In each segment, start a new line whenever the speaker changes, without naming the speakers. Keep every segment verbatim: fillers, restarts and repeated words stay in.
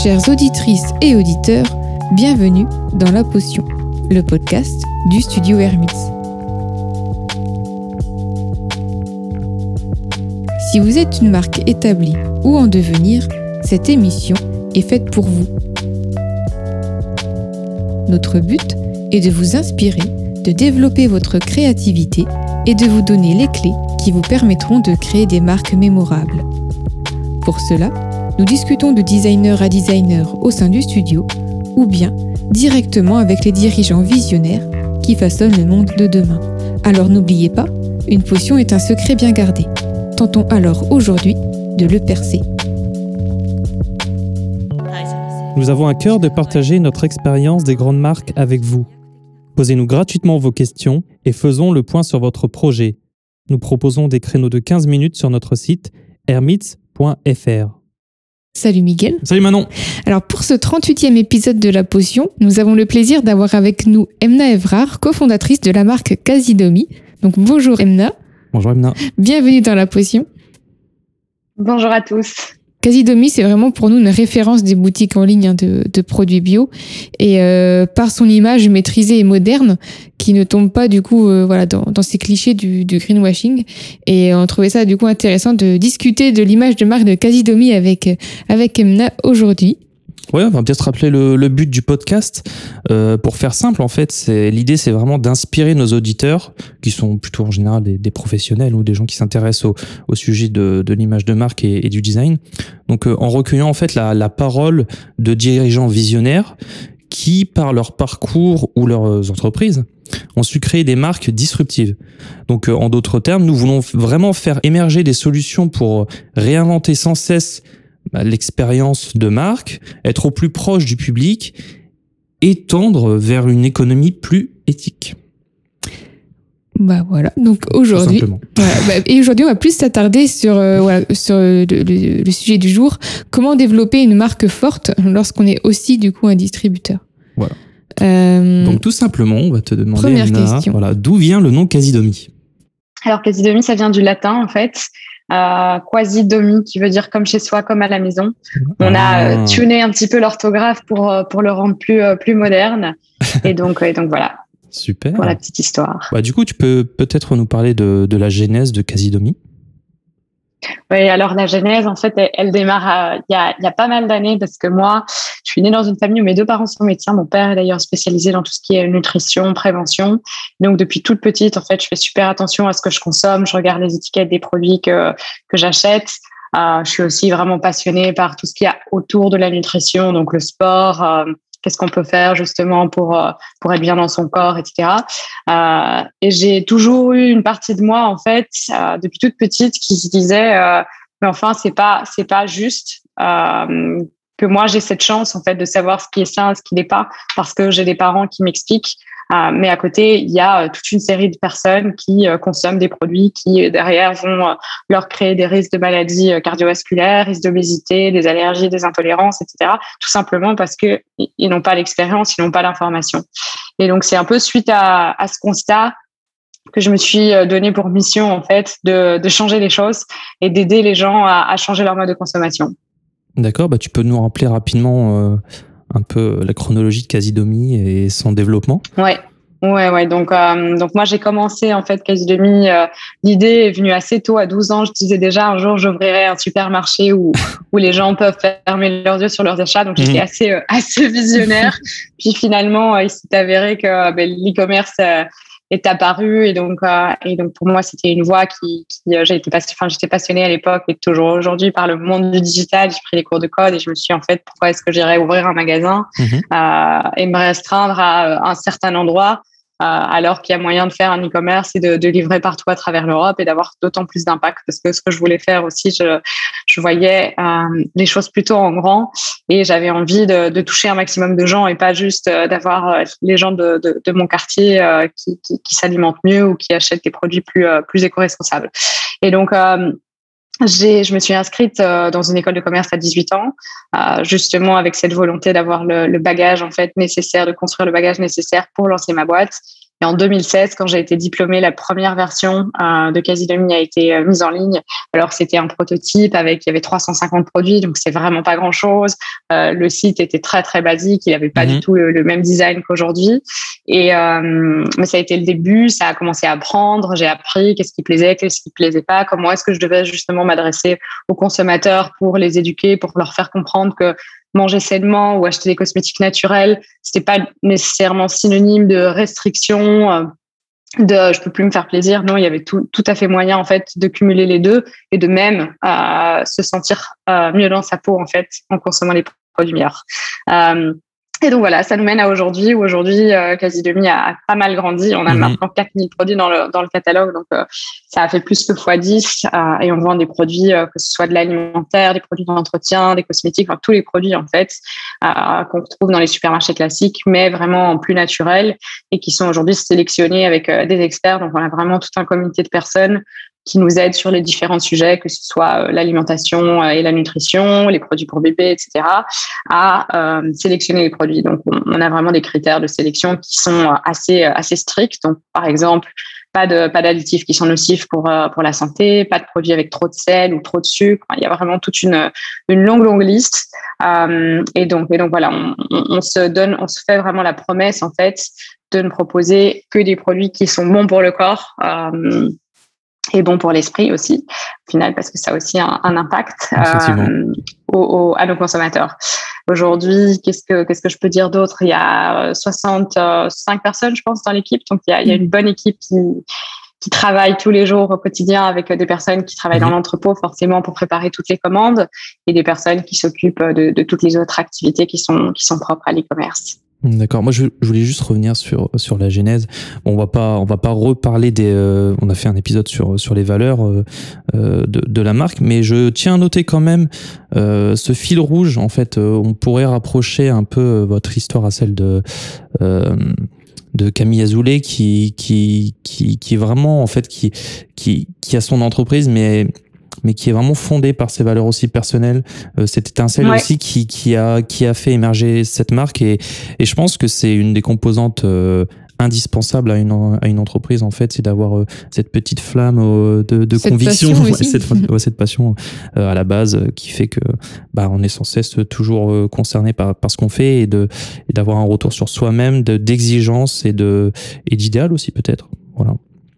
Chères auditrices et auditeurs, bienvenue dans La Potion, le podcast du studio Hermits. Si vous êtes une marque établie ou en devenir, cette émission est faite pour vous. Notre but est de vous inspirer, de développer votre créativité et de vous donner les clés qui vous permettront de créer des marques mémorables. Pour cela, nous discutons de designer à designer au sein du studio ou bien directement avec les dirigeants visionnaires qui façonnent le monde de demain. Alors n'oubliez pas, une potion est un secret bien gardé. Tentons alors aujourd'hui de le percer.
Nous avons à cœur de partager notre expérience des grandes marques avec vous. Posez-nous gratuitement vos questions et faisons le point sur votre projet. Nous proposons des créneaux de quinze minutes sur notre site hermits point f r.
Salut Miguel.
Salut Manon.
Alors pour ce trente-huitième épisode de La Potion, nous avons le plaisir d'avoir avec nous Emna Evrard, cofondatrice de la marque Casidomi. Donc bonjour Emna.
Bonjour Emna.
Bienvenue dans La Potion.
Bonjour à tous.
Casidomi, c'est vraiment pour nous une référence des boutiques en ligne hein, de, de produits bio et euh, par son image maîtrisée et moderne qui ne tombe pas du coup euh, voilà dans, dans ces clichés du, du greenwashing, et on trouvait ça du coup intéressant de discuter de l'image de marque de Casidomi avec avec Emna aujourd'hui.
Ouais, on va peut-être rappeler le, le but du podcast. Euh, pour faire simple, en fait, c'est l'idée, c'est vraiment d'inspirer nos auditeurs, qui sont plutôt en général des, des professionnels ou des gens qui s'intéressent au, au sujet de, de l'image de marque et, et du design. Donc, euh, en recueillant en fait la, la parole de dirigeants visionnaires qui, par leur parcours ou leurs entreprises, ont su créer des marques disruptives. Donc, euh, en d'autres termes, nous voulons vraiment faire émerger des solutions pour réinventer sans cesse l'expérience de marque, être au plus proche du public et tendre vers une économie plus éthique.
Bah voilà, donc aujourd'hui, voilà, bah, et aujourd'hui on va plus s'attarder sur, euh, voilà, sur le, le, le sujet du jour, comment développer une marque forte lorsqu'on est aussi du coup un distributeur.
Voilà.
Euh,
donc tout simplement, on va te demander,
première
Emna,
question. Voilà,
d'où vient le nom Casidomi ?
Alors Casidomi, ça vient du latin en fait. Euh, quasi domi, qui veut dire comme chez soi, comme à la maison. On a euh, tuné un petit peu l'orthographe pour euh, pour le rendre plus euh, plus moderne. Et donc et donc voilà.
Super.
Pour la petite histoire.
Bah du coup, tu peux peut-être nous parler de de la genèse de Casidomi.
Oui, alors la genèse, en fait, elle, elle démarre il y a il y a pas mal d'années parce que moi, je suis née dans une famille où mes deux parents sont médecins. Mon père est d'ailleurs spécialisé dans tout ce qui est nutrition, prévention. Donc depuis toute petite, en fait, je fais super attention à ce que je consomme. Je regarde les étiquettes des produits que que j'achète. Euh, je suis aussi vraiment passionnée par tout ce qu'il y a autour de la nutrition, donc le sport. Euh, Qu'est-ce qu'on peut faire justement pour pour être bien dans son corps, et cetera. Euh, et j'ai toujours eu une partie de moi en fait euh, depuis toute petite qui se disait euh, mais enfin c'est pas c'est pas juste euh, que moi j'ai cette chance en fait de savoir ce qui est sain, ce qui n'est pas, parce que j'ai des parents qui m'expliquent. Euh, mais à côté, il y a euh, toute une série de personnes qui euh, consomment des produits qui, derrière, vont euh, leur créer des risques de maladies euh, cardiovasculaires, risques d'obésité, des allergies, des intolérances, et cetera. Tout simplement parce qu'ils n'ont pas l'expérience, ils n'ont pas l'information. Et donc, c'est un peu suite à, à ce constat que je me suis donné pour mission, en fait, de, de changer les choses et d'aider les gens à, à changer leur mode de consommation.
D'accord, bah tu peux nous rappeler rapidement... Euh... un peu la chronologie de Casidomi et son développement.
Ouais, ouais, ouais. Donc, euh, donc moi j'ai commencé en fait Casidomi. Euh, l'idée est venue assez tôt, à douze ans. Je disais déjà un jour j'ouvrirai un supermarché où où les gens peuvent fermer leurs yeux sur leurs achats. Donc j'étais mmh. assez euh, assez visionnaire. Puis finalement, euh, il s'est avéré que euh, ben, l'e-commerce euh, est apparu, et donc euh, et donc pour moi c'était une voie qui, qui euh, j'ai été passionnée, enfin j'étais passionnée à l'époque et toujours aujourd'hui par le monde du digital. J'ai pris des cours de code et je me suis dit, en fait, pourquoi est-ce que j'irais ouvrir un magasin mmh. euh, et me restreindre à un certain endroit euh, alors qu'il y a moyen de faire un e-commerce et de, de livrer partout à travers l'Europe et d'avoir d'autant plus d'impact, parce que ce que je voulais faire aussi, je, je voyais euh, les choses plutôt en grand et j'avais envie de, de toucher un maximum de gens et pas juste euh, d'avoir euh, les gens de, de, de mon quartier euh, qui, qui, qui s'alimentent mieux ou qui achètent des produits plus, euh, plus éco-responsables. Et donc, euh, J'ai, je me suis inscrite euh, dans une école de commerce à dix-huit ans, euh, justement avec cette volonté d'avoir le, le bagage en fait nécessaire, de construire le bagage nécessaire pour lancer ma boîte. Et en deux mille seize, quand j'ai été diplômée, la première version euh, de Casidomi a été euh, mise en ligne. Alors, c'était un prototype avec, il y avait trois cent cinquante produits, donc c'est vraiment pas grand-chose. Euh, le site était très, très basique. Il avait pas mmh. du tout le, le même design qu'aujourd'hui. Et, euh, mais ça a été le début. Ça a commencé à apprendre. J'ai appris qu'est-ce qui plaisait, qu'est-ce qui plaisait pas, comment est-ce que je devais justement m'adresser aux consommateurs pour les éduquer, pour leur faire comprendre que manger sainement ou acheter des cosmétiques naturels, c'était pas nécessairement synonyme de restriction, euh, de je peux plus me faire plaisir. Non, il y avait tout, tout à fait moyen en fait de cumuler les deux et de même euh, se sentir euh, mieux dans sa peau en fait en consommant les produits meilleurs. Euh, Et donc voilà, ça nous mène à aujourd'hui, où aujourd'hui, euh, Casidomi a, a pas mal grandi. On a mmh. maintenant quatre mille produits dans le, dans le catalogue, donc euh, ça a fait plus que fois dix. Euh, et on vend des produits, euh, que ce soit de l'alimentaire, des produits d'entretien, des cosmétiques, enfin tous les produits en fait, euh, qu'on retrouve dans les supermarchés classiques, mais vraiment en plus naturel et qui sont aujourd'hui sélectionnés avec euh, des experts. Donc on a vraiment tout un comité de personnes qui nous aident sur les différents sujets, que ce soit l'alimentation et la nutrition, les produits pour bébés, et cetera, à euh, sélectionner les produits. Donc, on, on a vraiment des critères de sélection qui sont assez assez stricts. Donc, par exemple, pas de pas d'additifs qui sont nocifs pour euh, pour la santé, pas de produits avec trop de sel ou trop de sucre. Il y a vraiment toute une une longue longue liste. Euh, et donc et donc voilà, on, on, on se donne, on se fait vraiment la promesse en fait de ne proposer que des produits qui sont bons pour le corps. Euh, et bon pour l'esprit aussi, au final, parce que ça a aussi un, un impact euh, au, au, à nos consommateurs. Aujourd'hui, qu'est-ce que, qu'est-ce que je peux dire d'autre? Il y a soixante-cinq personnes, je pense, dans l'équipe. Donc, il y a, il y a une bonne équipe qui, qui travaille tous les jours au quotidien avec des personnes qui travaillent mmh. dans l'entrepôt, forcément, pour préparer toutes les commandes, et des personnes qui s'occupent de, de toutes les autres activités qui sont, qui sont propres à l'e-commerce.
D'accord. Moi, je, je voulais juste revenir sur sur la genèse. Bon, on va pas on va pas reparler des. Euh, on a fait un épisode sur sur les valeurs euh, de de la marque, mais je tiens à noter quand même euh, ce fil rouge. En fait, euh, on pourrait rapprocher un peu votre histoire à celle de euh, de Camille Azoulay, qui qui qui qui est vraiment en fait qui qui qui a son entreprise, mais mais qui est vraiment fondée par ses valeurs aussi personnelles. Euh, cette étincelle ouais. aussi qui, qui, a, qui a fait émerger cette marque. Et, et je pense que c'est une des composantes euh, indispensables à une, à une entreprise, en fait, c'est d'avoir euh, cette petite flamme euh, de, de conviction,
passion
cette, ouais, cette passion euh, à la base euh, qui fait que bah, on est sans cesse toujours euh, concerné par, par ce qu'on fait et, de, et d'avoir un retour sur soi-même, de, d'exigence et, de, et d'idéal aussi, peut-être. Voilà.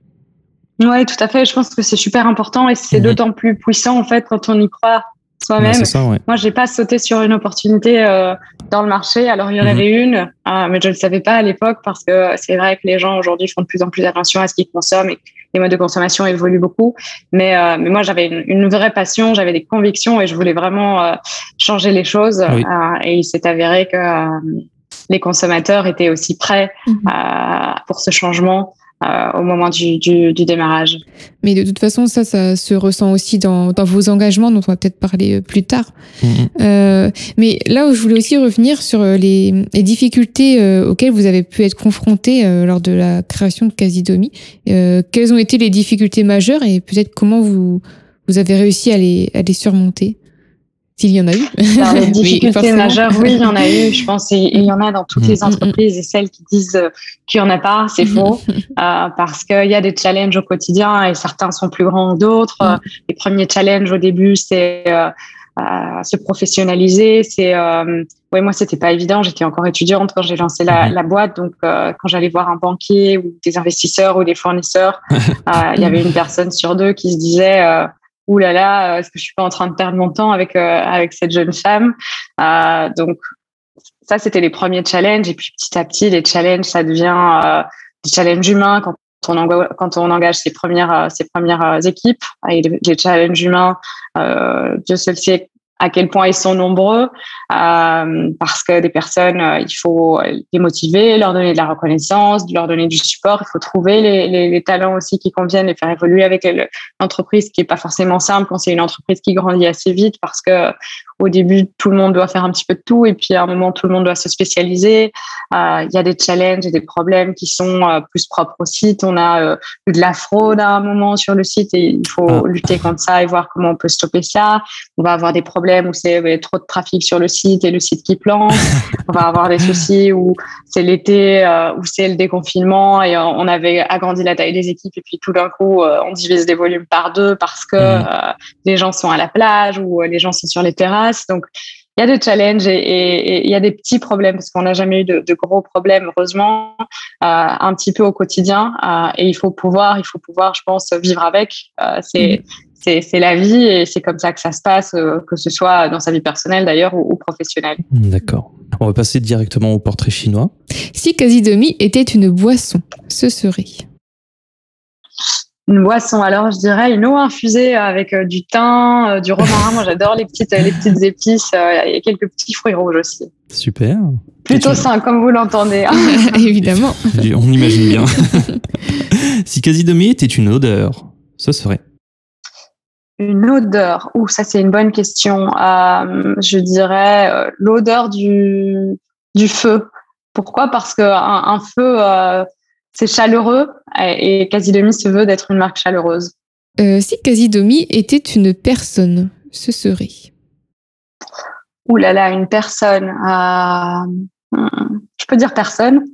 Oui, tout à fait. Je pense que c'est super important et c'est mmh. d'autant plus puissant en fait quand on y croit soi-même.
Ouais, c'est ça, ouais.
Moi, j'ai pas sauté sur une opportunité euh, dans le marché. Alors, il y en mmh. avait une, euh, mais je ne le savais pas à l'époque parce que c'est vrai que les gens aujourd'hui font de plus en plus attention à ce qu'ils consomment et que les modes de consommation évoluent beaucoup. Mais, euh, mais moi, j'avais une, une vraie passion, j'avais des convictions et je voulais vraiment euh, changer les choses. Oui. Euh, et il s'est avéré que euh, les consommateurs étaient aussi prêts mmh. euh, pour ce changement. Euh, au moment du, du, du démarrage.
Mais de toute façon, ça, ça se ressent aussi dans, dans vos engagements, dont on va peut-être parler plus tard. Mmh. Euh, mais là où je voulais aussi revenir sur les, les difficultés euh, auxquelles vous avez pu être confrontés euh, lors de la création de Casidomi. Euh, quelles ont été les difficultés majeures et peut-être comment vous, vous avez réussi à les, à les surmonter? S'il y en a eu.
Alors, les difficultés majeures, oui, il y en a eu, je pense, et il y en a dans toutes les entreprises, et celles qui disent qu'il n'y en a pas, c'est faux, euh, parce qu'il y a des challenges au quotidien et certains sont plus grands que d'autres. Mm. Les premiers challenges au début, c'est euh, euh, se professionnaliser. C'est, euh, ouais, moi, c'était pas évident. J'étais encore étudiante quand j'ai lancé la, la boîte, donc euh, quand j'allais voir un banquier ou des investisseurs ou des fournisseurs, il euh, y avait une personne sur deux qui se disait euh, ouh là là, est-ce que je suis pas en train de perdre mon temps avec euh, avec cette jeune femme? euh, Donc ça, c'était les premiers challenges. Et puis petit à petit, les challenges, ça devient euh, des challenges humains quand on engage, quand on engage ses premières ses premières équipes. Et les, les challenges humains, euh, Dieu seul sait à quel point ils sont nombreux, euh, parce que des personnes, euh, il faut les motiver, leur donner de la reconnaissance, leur donner du support. Il faut trouver les, les, les talents aussi qui conviennent, les faire évoluer avec le, l'entreprise, qui est pas forcément simple quand c'est une entreprise qui grandit assez vite, parce que au début, tout le monde doit faire un petit peu de tout et puis à un moment, tout le monde doit se spécialiser. Euh, il y a des challenges et des problèmes qui sont euh, plus propres au site. On a euh, eu de la fraude à un moment sur le site et il faut ah. lutter contre ça et voir comment on peut stopper ça. On va avoir des problèmes où c'est euh, trop de trafic sur le site et le site qui plante. On va avoir des soucis où c'est l'été, euh, où c'est le déconfinement et euh, on avait agrandi la taille des équipes et puis tout d'un coup, euh, on divise des volumes par deux parce que mmh. euh, les gens sont à la plage ou euh, les gens sont sur les terrasses. Donc, il y a des challenges et il y a des petits problèmes parce qu'on n'a jamais eu de, de gros problèmes, heureusement, euh, un petit peu au quotidien. Euh, et il faut pouvoir, il faut pouvoir, je pense, vivre avec. Euh, c'est, mmh. c'est, c'est la vie et c'est comme ça que ça se passe, euh, que ce soit dans sa vie personnelle d'ailleurs ou, ou professionnelle.
D'accord. On va passer directement au portrait chinois.
Si Casidomi était une boisson, ce serait
une boisson, alors je dirais une eau infusée avec euh, du thym, euh, du romarin. Moi, j'adore les petites, les petites épices euh, et quelques petits fruits rouges aussi.
Super.
Plutôt tu... sain, comme vous l'entendez.
Évidemment.
On imagine bien. Si Casidomi était une odeur, ce serait
une odeur. Ouh, ça c'est une bonne question. Euh, je dirais euh, l'odeur du du feu. Pourquoi ? Parce que un, un feu. Euh, C'est chaleureux et Casidomi se veut d'être une marque chaleureuse.
Euh, si Casidomi était une personne, ce serait ?
Ouh là là, une personne. Euh... Je peux dire personne.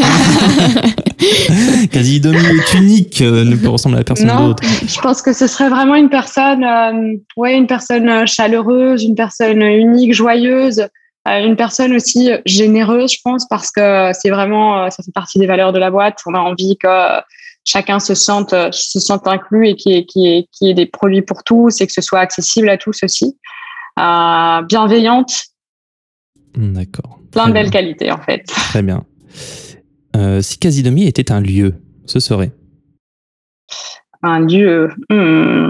Casidomi est unique, euh, ne peut ressembler à personne
non,
d'autre.
Je pense que ce serait vraiment une personne, euh, ouais, une personne chaleureuse, une personne unique, joyeuse. Une personne aussi généreuse, je pense, parce que c'est vraiment, ça fait partie des valeurs de la boîte. On a envie que chacun se sente, se sente inclus et qu'il y ait, qu'il y ait, qu'il y ait des produits pour tous et que ce soit accessible à tous aussi. Euh, bienveillante.
D'accord.
Plein de belles qualités, en fait.
Très bien. Euh, si Casidomi était un lieu, ce serait ?
Un lieu. Hmm.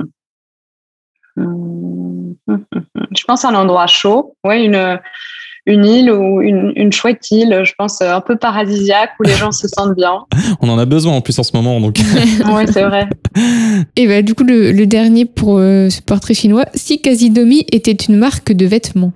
Hmm. Je pense à un endroit chaud. Ouais, une. Une île ou une, une chouette île, je pense, un peu paradisiaque où les gens se sentent bien.
On en a besoin en plus en ce moment, donc.
Oui, c'est vrai.
Et bah, du coup, le, le dernier pour euh, ce portrait chinois, si Casidomi était une marque de vêtements.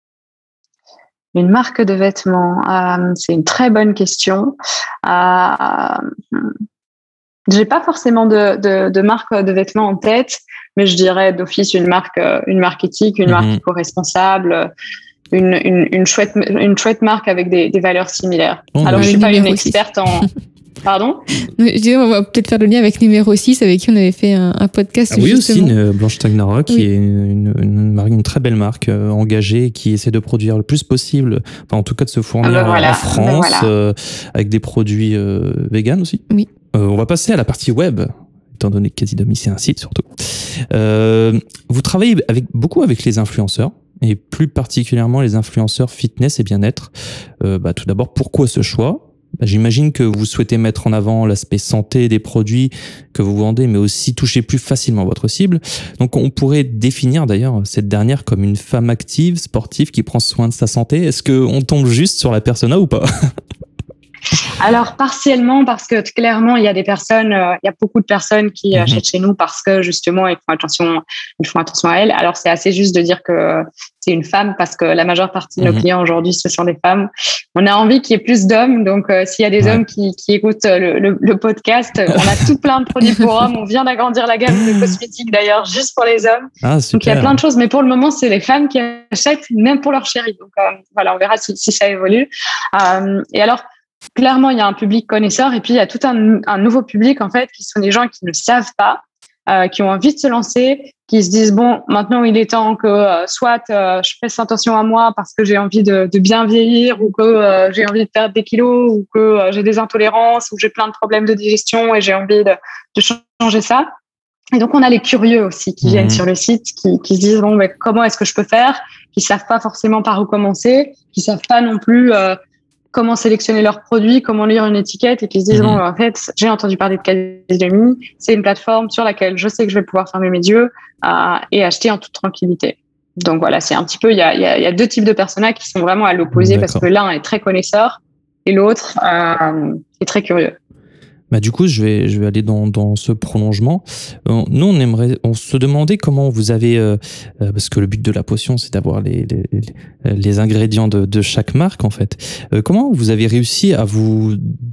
Une marque de vêtements, euh, c'est une très bonne question. Euh, j'ai pas forcément de, de, de marque de vêtements en tête, mais je dirais d'office une marque, une marque éthique, une mm-hmm. marque éco-responsable. Une, une, une, chouette, une chouette marque avec des, des valeurs similaires. Oh, alors, je ne suis pas une experte six. En... Pardon ?
Je disais, on va peut-être faire le lien avec numéro six, avec qui on avait fait un, un podcast.
Ah oui, justement. Aussi, une Blanche Tagnara, oui. Qui est une, une, une, une très belle marque euh, engagée, qui essaie de produire le plus possible, enfin, en tout cas de se fournir ah ben voilà, en France, ben voilà. euh, avec des produits euh, véganes aussi.
Oui.
Euh, on va passer à la partie web, étant donné que Casidomi, c'est un site surtout. Euh, vous travaillez avec, beaucoup avec les influenceurs. Et plus particulièrement les influenceurs fitness et bien-être. Euh, bah, tout d'abord, pourquoi ce choix ? Bah, j'imagine que vous souhaitez mettre en avant l'aspect santé des produits que vous vendez, mais aussi toucher plus facilement votre cible. Donc, on pourrait définir d'ailleurs cette dernière comme une femme active, sportive, qui prend soin de sa santé. Est-ce qu'on tombe juste sur la persona ou pas ?
Alors, partiellement, parce que clairement, il y a des personnes, euh, il y a beaucoup de personnes qui mmh. achètent chez nous parce que justement, ils font attention, ils font attention à elles. Alors, c'est assez juste de dire que c'est une femme parce que la majeure partie de nos mmh. clients aujourd'hui, ce sont des femmes. On a envie qu'il y ait plus d'hommes. Donc, euh, s'il y a des ouais. hommes qui, qui écoutent le, le, le podcast, on a tout plein de produits pour hommes. On vient d'agrandir la gamme de cosmétiques d'ailleurs, juste pour les hommes.
Ah,
donc, il y a plein de choses. Mais pour le moment, c'est les femmes qui achètent, même pour leur chéri. Donc, euh, voilà, on verra si, si ça évolue. Euh, et alors, clairement, il y a un public connaisseur et puis il y a tout un, un nouveau public en fait qui sont des gens qui ne savent pas, euh, qui ont envie de se lancer, qui se disent bon, maintenant il est temps que euh, soit euh, je fasse attention à moi parce que j'ai envie de, de bien vieillir ou que euh, j'ai envie de perdre des kilos ou que euh, j'ai des intolérances ou que j'ai plein de problèmes de digestion et j'ai envie de, de changer ça. Et donc on a les curieux aussi qui mmh. viennent sur le site, qui, qui se disent bon, ben, comment est-ce que je peux faire, qui savent pas forcément par où commencer, qui savent pas non plus euh, comment sélectionner leurs produits, comment lire une étiquette et qui se disent, mmh. bon, en fait, j'ai entendu parler de Casidomi, c'est une plateforme sur laquelle je sais que je vais pouvoir fermer mes yeux euh, et acheter en toute tranquillité. Donc voilà, c'est un petit peu, il y a, y a, y a deux types de personas qui sont vraiment à l'opposé. D'accord. Parce que l'un est très connaisseur et l'autre euh, est très curieux.
Bah du coup, je vais, je vais aller dans, dans ce prolongement. Euh, nous, on aimerait, on se demandait comment vous avez, euh, euh, parce que le but de la potion, c'est d'avoir les, les, les, les ingrédients de, de chaque marque, en fait. Euh, comment vous avez réussi à vous,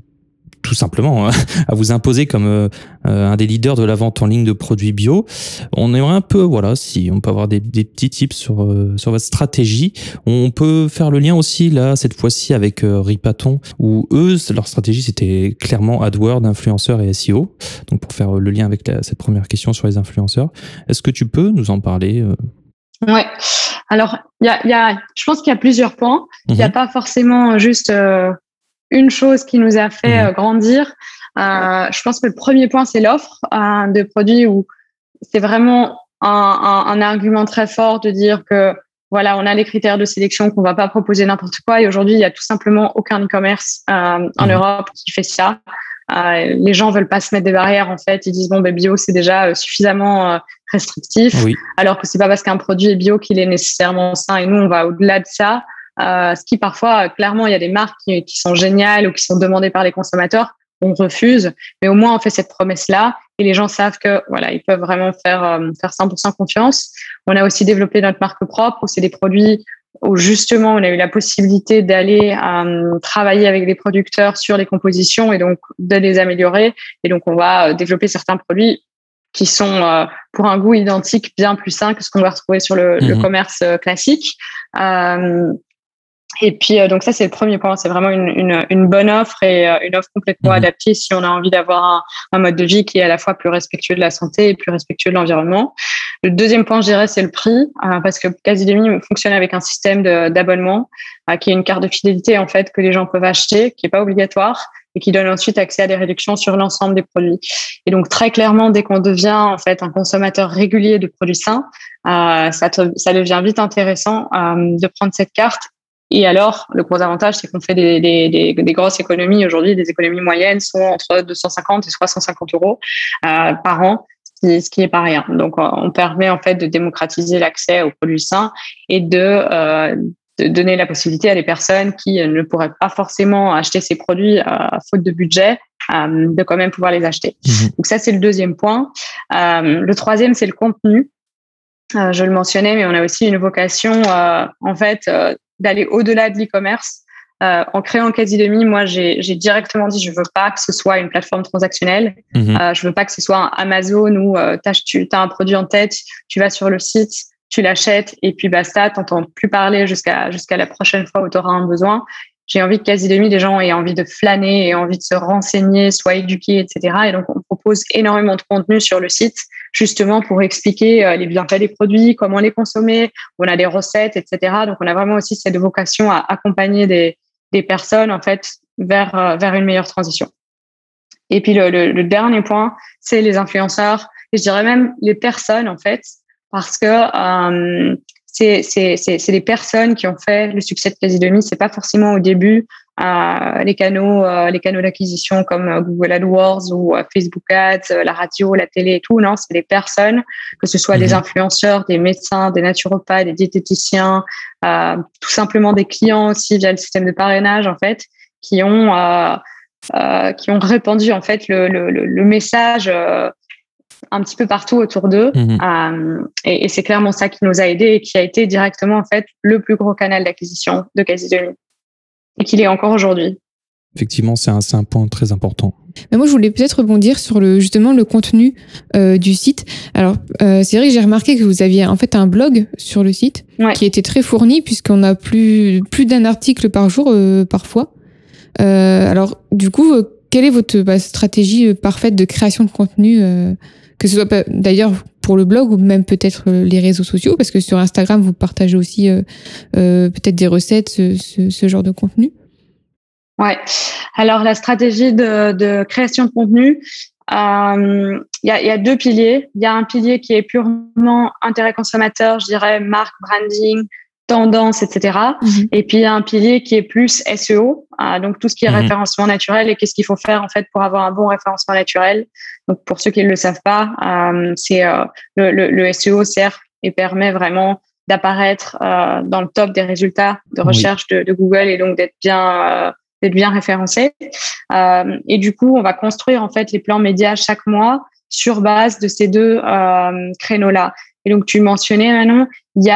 tout simplement, hein, à vous imposer comme euh, un des leaders de la vente en ligne de produits bio? On aimerait un peu, voilà, si on peut avoir des, des petits tips sur, euh, sur votre stratégie. On peut faire le lien aussi, là, cette fois-ci, avec euh, Ripaton, où eux, leur stratégie, c'était clairement AdWords, influenceurs et S E O. Donc, pour faire le lien avec la, cette première question sur les influenceurs, est-ce que tu peux nous en parler euh
Ouais. Alors, il y a, y a, je pense qu'il y a plusieurs points. Il mm-hmm. n'y a pas forcément juste euh, une chose qui nous a fait mmh. grandir. Euh, je pense que le premier point, c'est l'offre euh, de produits où c'est vraiment un, un, un argument très fort de dire que voilà, on a les critères de sélection, qu'on va pas proposer n'importe quoi. Et aujourd'hui, il y a tout simplement aucun e-commerce euh, en mmh. Europe qui fait ça. Euh, les gens veulent pas se mettre des barrières. En fait, ils disent bon, ben bio, c'est déjà euh, suffisamment euh, restrictif. Oui. Alors que c'est pas parce qu'un produit est bio qu'il est nécessairement sain. Et nous, on va au-delà de ça. Euh, ce qui parfois, clairement, il y a des marques qui, qui sont géniales ou qui sont demandées par les consommateurs, on refuse, mais au moins on fait cette promesse-là et les gens savent que voilà, ils peuvent vraiment faire euh, faire cent pour cent confiance. On a aussi développé notre marque propre où c'est des produits où justement on a eu la possibilité d'aller euh, travailler avec des producteurs sur les compositions et donc de les améliorer. Et donc on va euh, développer certains produits qui sont euh, pour un goût identique, bien plus sains que ce qu'on va retrouver sur le, mmh. le commerce euh, classique. Euh, Et puis, euh, donc ça, c'est le premier point. C'est vraiment une, une, une bonne offre et euh, une offre complètement mmh. adaptée si on a envie d'avoir un, un mode de vie qui est à la fois plus respectueux de la santé et plus respectueux de l'environnement. Le deuxième point, je dirais, c'est le prix, euh, parce que Casidemi fonctionne avec un système de, d'abonnement euh, qui est une carte de fidélité, en fait, que les gens peuvent acheter, qui est pas obligatoire et qui donne ensuite accès à des réductions sur l'ensemble des produits. Et donc, très clairement, dès qu'on devient, en fait, un consommateur régulier de produits sains, euh, ça, te, ça devient vite intéressant euh, de prendre cette carte. Et alors, le gros avantage, c'est qu'on fait des, des, des, des grosses économies. Aujourd'hui, les économies moyennes sont entre deux cent cinquante et trois cent cinquante euros euh, par an, ce qui est pas rien. Donc, on permet en fait de démocratiser l'accès aux produits sains et de, euh, de donner la possibilité à des personnes qui ne pourraient pas forcément acheter ces produits à faute de budget, euh, de quand même pouvoir les acheter. Mmh. Donc ça, c'est le deuxième point. Euh, le troisième, c'est le contenu. Euh, je le mentionnais, mais on a aussi une vocation, euh, en fait, euh, d'aller au-delà de l'e-commerce. Euh, en créant Casidemi, moi, j'ai, j'ai directement dit, je veux pas que ce soit une plateforme transactionnelle. Mmh. Euh, je veux pas que ce soit un Amazon où euh, t'as, tu as un produit en tête, tu vas sur le site, tu l'achètes et puis basta, t'entends plus parler jusqu'à jusqu'à la prochaine fois où tu auras un besoin. J'ai envie que Casidemi, les gens aient envie de flâner, aient envie de se renseigner, soient éduqués, et cetera. Et donc, on propose énormément de contenu sur le site, justement pour expliquer les bienfaits des produits, comment les consommer. On a des recettes, et cetera. Donc, on a vraiment aussi cette vocation à accompagner des, des personnes, en fait, vers, vers une meilleure transition. Et puis, le, le, le dernier point, c'est les influenceurs. Et je dirais même les personnes, en fait, parce que euh, c'est, c'est, c'est, c'est les personnes qui ont fait le succès de Casidemi. C'est pas forcément au début euh, les canaux, euh, les canaux d'acquisition comme euh, Google AdWords ou euh, Facebook Ads, euh, la radio, la télé et tout. Non, c'est les personnes, que ce soit mmh. des influenceurs, des médecins, des naturopathes, des diététiciens, euh, tout simplement des clients aussi via le système de parrainage en fait, qui ont euh, euh, qui ont répandu en fait le, le, le message. Euh, un petit peu partout autour d'eux. Mmh. Euh, et, et c'est clairement ça qui nous a aidés et qui a été directement, en fait, le plus gros canal d'acquisition de Casidemi. Et qu'il est encore aujourd'hui.
Effectivement, c'est un, c'est un point très important.
Mais moi, je voulais peut-être rebondir sur le, justement le contenu euh, du site. Alors, euh, c'est vrai que j'ai remarqué que vous aviez en fait un blog sur le site ouais. qui était très fourni puisqu'on a plus, plus d'un article par jour euh, parfois. Euh, alors, du coup, euh, quelle est votre bah, stratégie euh, parfaite de création de contenu euh, que ce soit d'ailleurs pour le blog ou même peut-être les réseaux sociaux, parce que sur Instagram, vous partagez aussi euh, euh, peut-être des recettes, ce, ce, ce genre de contenu.
Ouais. Alors, la stratégie de, de création de contenu, il euh, y, a, y a deux piliers. Il y a un pilier qui est purement intérêt consommateur, je dirais marque, branding, tendance, et cetera. Mmh. Et puis, il y a un pilier qui est plus S E O, euh, donc tout ce qui est mmh. référencement naturel et qu'est-ce qu'il faut faire en fait pour avoir un bon référencement naturel. Donc, pour ceux qui ne le savent pas, euh, c'est euh, le, le, le S E O sert et permet vraiment d'apparaître euh, dans le top des résultats de recherche oui. de, de Google et donc d'être bien, euh, d'être bien référencé. Euh, et du coup, on va construire en fait les plans médias chaque mois sur base de ces deux euh, créneaux-là. Et donc, tu mentionnais, Manon, il y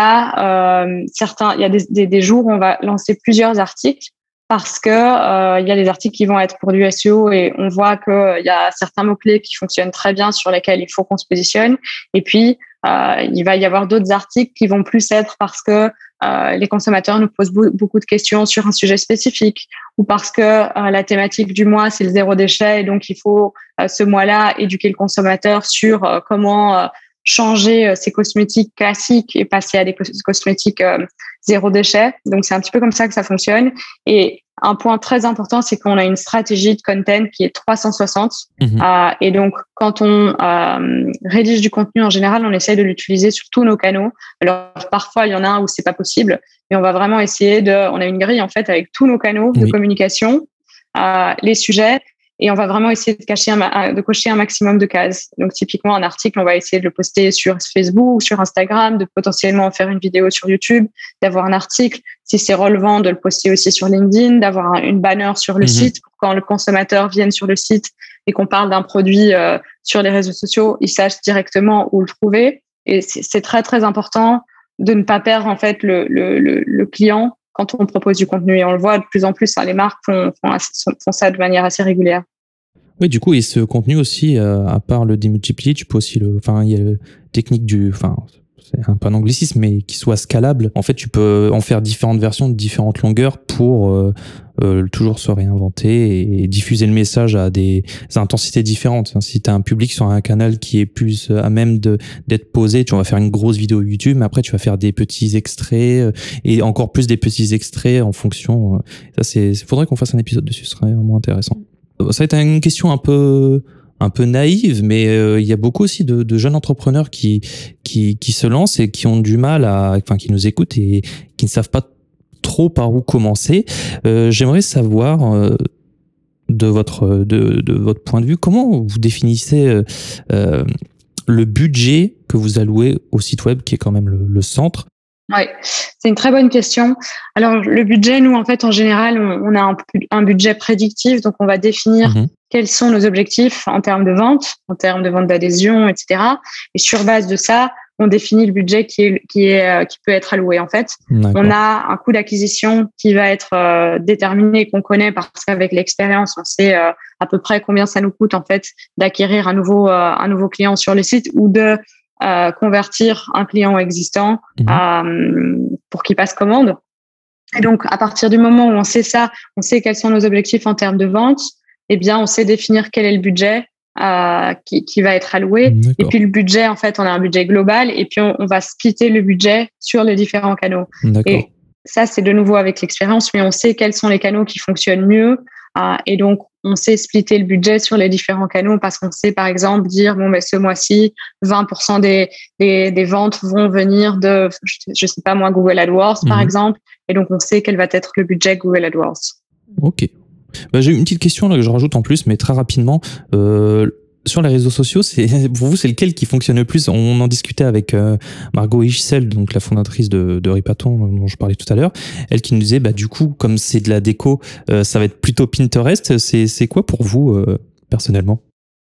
a euh, certains, il y a des, des, des jours où on va lancer plusieurs articles parce que euh, il y a des articles qui vont être pour du S E O et on voit que euh, il y a certains mots-clés qui fonctionnent très bien sur lesquels il faut qu'on se positionne. Et puis, euh, il va y avoir d'autres articles qui vont plus être parce que euh, les consommateurs nous posent beaucoup de questions sur un sujet spécifique ou parce que euh, la thématique du mois, c'est le zéro déchet et donc il faut euh, ce mois-là éduquer le consommateur sur euh, comment euh, changer ses cosmétiques classiques et passer à des cosmétiques euh, zéro déchet. Donc, c'est un petit peu comme ça que ça fonctionne. Et un point très important, c'est qu'on a une stratégie de content qui est trois cent soixante. Mmh. Euh, et donc, quand on euh, rédige du contenu, en général, on essaye de l'utiliser sur tous nos canaux. Alors, parfois, il y en a un où c'est pas possible, mais on va vraiment essayer de... On a une grille, en fait, avec tous nos canaux oui. de communication, euh, les sujets, et on va vraiment essayer de, cacher un, de cocher un maximum de cases. Donc, typiquement, un article, on va essayer de le poster sur Facebook, sur Instagram, de potentiellement faire une vidéo sur YouTube, d'avoir un article, si c'est relevant, de le poster aussi sur LinkedIn, d'avoir un, une banner sur le mmh. site pour quand le consommateur vienne sur le site et qu'on parle d'un produit euh, sur les réseaux sociaux, il sache directement où le trouver. Et c'est, c'est très, très important de ne pas perdre, en fait, le, le, le, le client quand on propose du contenu. Et on le voit de plus en plus, hein, les marques font, font, font ça de manière assez régulière.
Oui, du coup, et ce contenu aussi, euh, à part le démultiplier, tu peux aussi le, enfin, il y a la technique du, enfin, c'est un peu un anglicisme, mais qui soit scalable. En fait, tu peux en faire différentes versions de différentes longueurs pour euh, euh, toujours se réinventer et, et diffuser le message à des intensités différentes. Si tu as un public sur un canal qui est plus à même de, d'être posé, tu vas faire une grosse vidéo YouTube, mais après tu vas faire des petits extraits et encore plus des petits extraits en fonction. Ça, c'est, faudrait qu'on fasse un épisode dessus, ce serait vraiment intéressant. Ça va être une question un peu un peu naïve, mais euh, il y a beaucoup aussi de, de jeunes entrepreneurs qui qui qui se lancent et qui ont du mal à, enfin, qui nous écoutent et qui ne savent pas trop par où commencer. Euh, j'aimerais savoir euh, de votre de de votre point de vue, comment vous définissez euh, euh, le budget que vous allouez au site web, qui est quand même le, le centre.
Oui, c'est une très bonne question. Alors, le budget, nous, en fait, en général, on, on a un, un budget prédictif, donc on va définir mmh. quels sont nos objectifs en termes de vente, en termes de vente d'adhésion, et cetera. Et sur base de ça, on définit le budget qui est qui est qui peut être alloué. En fait, D'accord. on a un coût d'acquisition qui va être euh, déterminé, qu'on connaît parce qu'avec l'expérience, on sait euh, à peu près combien ça nous coûte en fait d'acquérir un nouveau euh, un nouveau client sur le site ou de Euh, convertir un client existant mmh. euh, pour qu'il passe commande. Et donc, à partir du moment où on sait ça, on sait quels sont nos objectifs en termes de vente, eh bien, on sait définir quel est le budget euh, qui, qui va être alloué. D'accord. Et puis, le budget, en fait, on a un budget global et puis on, on va splitter le budget sur les différents canaux.
D'accord.
Et ça, c'est de nouveau avec l'expérience, mais on sait quels sont les canaux qui fonctionnent mieux. Euh, et donc, on sait splitter le budget sur les différents canaux parce qu'on sait, par exemple, dire, bon, ben, ce mois-ci, vingt pour cent des, des, des ventes vont venir de, je sais pas moi, Google AdWords, mmh. par exemple. Et donc, on sait quel va être le budget Google AdWords.
OK. Bah, j'ai une petite question là, que je rajoute en plus, mais très rapidement. Euh, sur les réseaux sociaux, c'est, pour vous, c'est lequel qui fonctionne le plus? On en discutait avec euh, Margot Hichsel, donc la fondatrice de, de Ripaton, dont je parlais tout à l'heure. Elle qui nous disait, bah, du coup, comme c'est de la déco, euh, ça va être plutôt Pinterest. C'est, c'est quoi pour vous, euh, personnellement?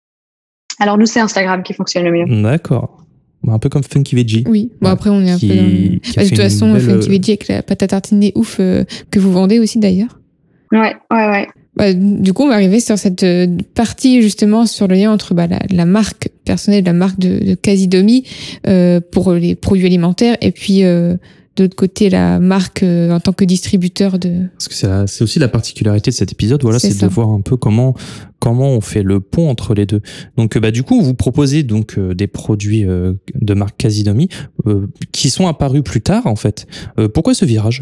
Alors, nous, c'est Instagram qui fonctionne le mieux.
D'accord. Un peu comme Funky Veggie.
Oui, bon, après, on est un qui, peu dans... Bah, de toute façon, belle... Funky Veggie avec la pâte à tartiner ouf euh, que vous vendez aussi, d'ailleurs.
Ouais, ouais, ouais.
Bah, du coup, on va arriver sur cette partie justement sur le lien entre bah, la, la marque personnelle, la marque de, de Casidomi euh, pour les produits alimentaires et puis euh, de l'autre côté la marque euh, en tant que distributeur de.
Parce que c'est, la, c'est aussi la particularité de cet épisode, voilà, c'est, c'est de voir un peu comment comment on fait le pont entre les deux. Donc bah du coup, vous proposez donc euh, des produits euh, de marque Casidomi euh, qui sont apparus plus tard en fait. Euh, pourquoi ce virage?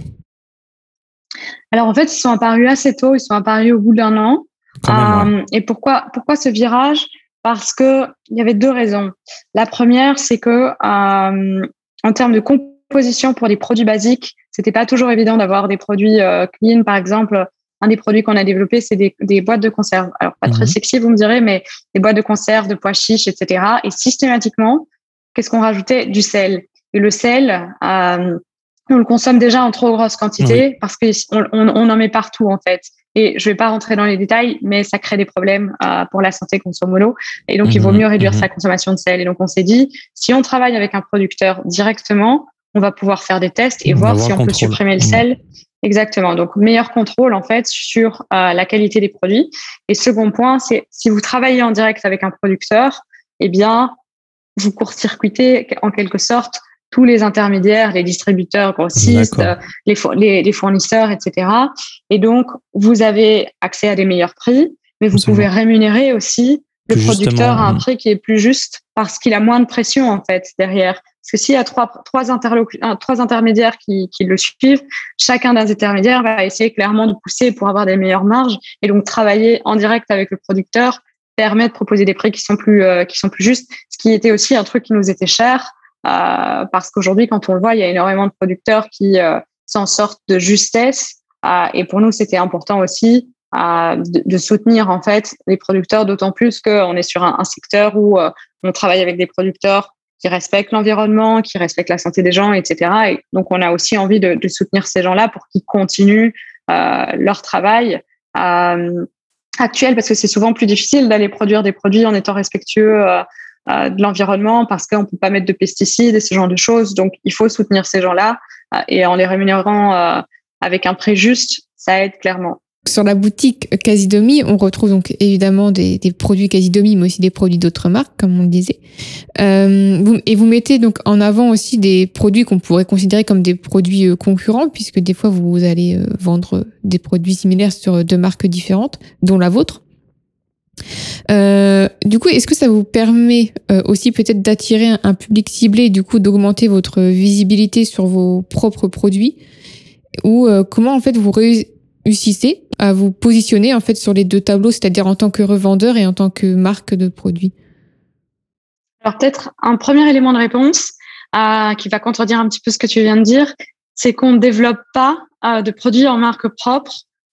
Alors, en fait, ils sont apparus assez tôt. Ils sont apparus au bout d'un an.
Quand même, ouais.
euh, et pourquoi, pourquoi ce virage? Parce que il y avait deux raisons. La première, c'est que euh, en termes de composition pour les produits basiques, c'était pas toujours évident d'avoir des produits euh, clean. Par exemple, un des produits qu'on a développé, c'est des, des boîtes de conserve. Alors, pas mmh. très sexy, vous me direz, mais des boîtes de conserve, de pois chiches, et cetera. Et systématiquement, qu'est-ce qu'on rajoutait? Du sel. Et le sel, euh, on le consomme déjà en trop grosse quantité oui. parce qu'on on, on en met partout en fait. Et je vais pas rentrer dans les détails, mais ça crée des problèmes euh, pour la santé grosso modo. Et donc, mmh, il vaut mieux réduire mmh. sa consommation de sel. Et donc, on s'est dit, si on travaille avec un producteur directement, on va pouvoir faire des tests et
on
voir si on
contrôle.
peut supprimer le sel. Mmh. Exactement. Donc, meilleur contrôle, en fait, sur euh, la qualité des produits. Et second point, c'est si vous travaillez en direct avec un producteur, eh bien, vous court-circuitez en quelque sorte tous les intermédiaires, les distributeurs, grossistes, les, les, les fournisseurs, et cetera. Et donc, vous avez accès à des meilleurs prix, mais vous Absolument. Pouvez rémunérer aussi le plus producteur à un prix qui est plus juste parce qu'il a moins de pression, en fait, derrière. Parce que s'il y a trois, trois, interlocu- trois intermédiaires qui, qui le suivent, chacun des intermédiaires va essayer clairement de pousser pour avoir des meilleures marges. Et donc, travailler en direct avec le producteur permet de proposer des prix qui sont plus, euh, qui sont plus justes, ce qui était aussi un truc qui nous était cher. Euh, parce qu'aujourd'hui, quand on le voit, il y a énormément de producteurs qui euh, s'en sortent de justesse. Euh, et pour nous, c'était important aussi euh, de, de soutenir en fait les producteurs, d'autant plus qu'on est sur un, un secteur où euh, on travaille avec des producteurs qui respectent l'environnement, qui respectent la santé des gens, et cetera. Et donc, on a aussi envie de, de soutenir ces gens-là pour qu'ils continuent euh, leur travail euh, actuel, parce que c'est souvent plus difficile d'aller produire des produits en étant respectueux euh, Euh, de l'environnement parce qu'on peut pas mettre de pesticides et ce genre de choses. Donc, il faut soutenir ces gens-là euh, et en les rémunérant euh, avec un prix juste, ça aide clairement.
Sur la boutique Casidomi, on retrouve donc évidemment des, des produits Casidomi, mais aussi des produits d'autres marques, comme on le disait. Euh, vous, et vous mettez donc en avant aussi des produits qu'on pourrait considérer comme des produits euh, concurrents, puisque des fois vous allez euh, vendre des produits similaires sur deux marques différentes, dont la vôtre. Euh, du coup, est-ce que ça vous permet euh, aussi peut-être d'attirer un, un public ciblé et du coup d'augmenter votre visibilité sur vos propres produits, ou euh, comment en fait vous réussissez à vous positionner en fait sur les deux tableaux, c'est-à-dire en tant que revendeur et en tant que marque de produits?
Alors peut-être un premier élément de réponse euh, qui va contredire un petit peu ce que tu viens de dire, c'est qu'on ne développe pas euh, de produits en marque propre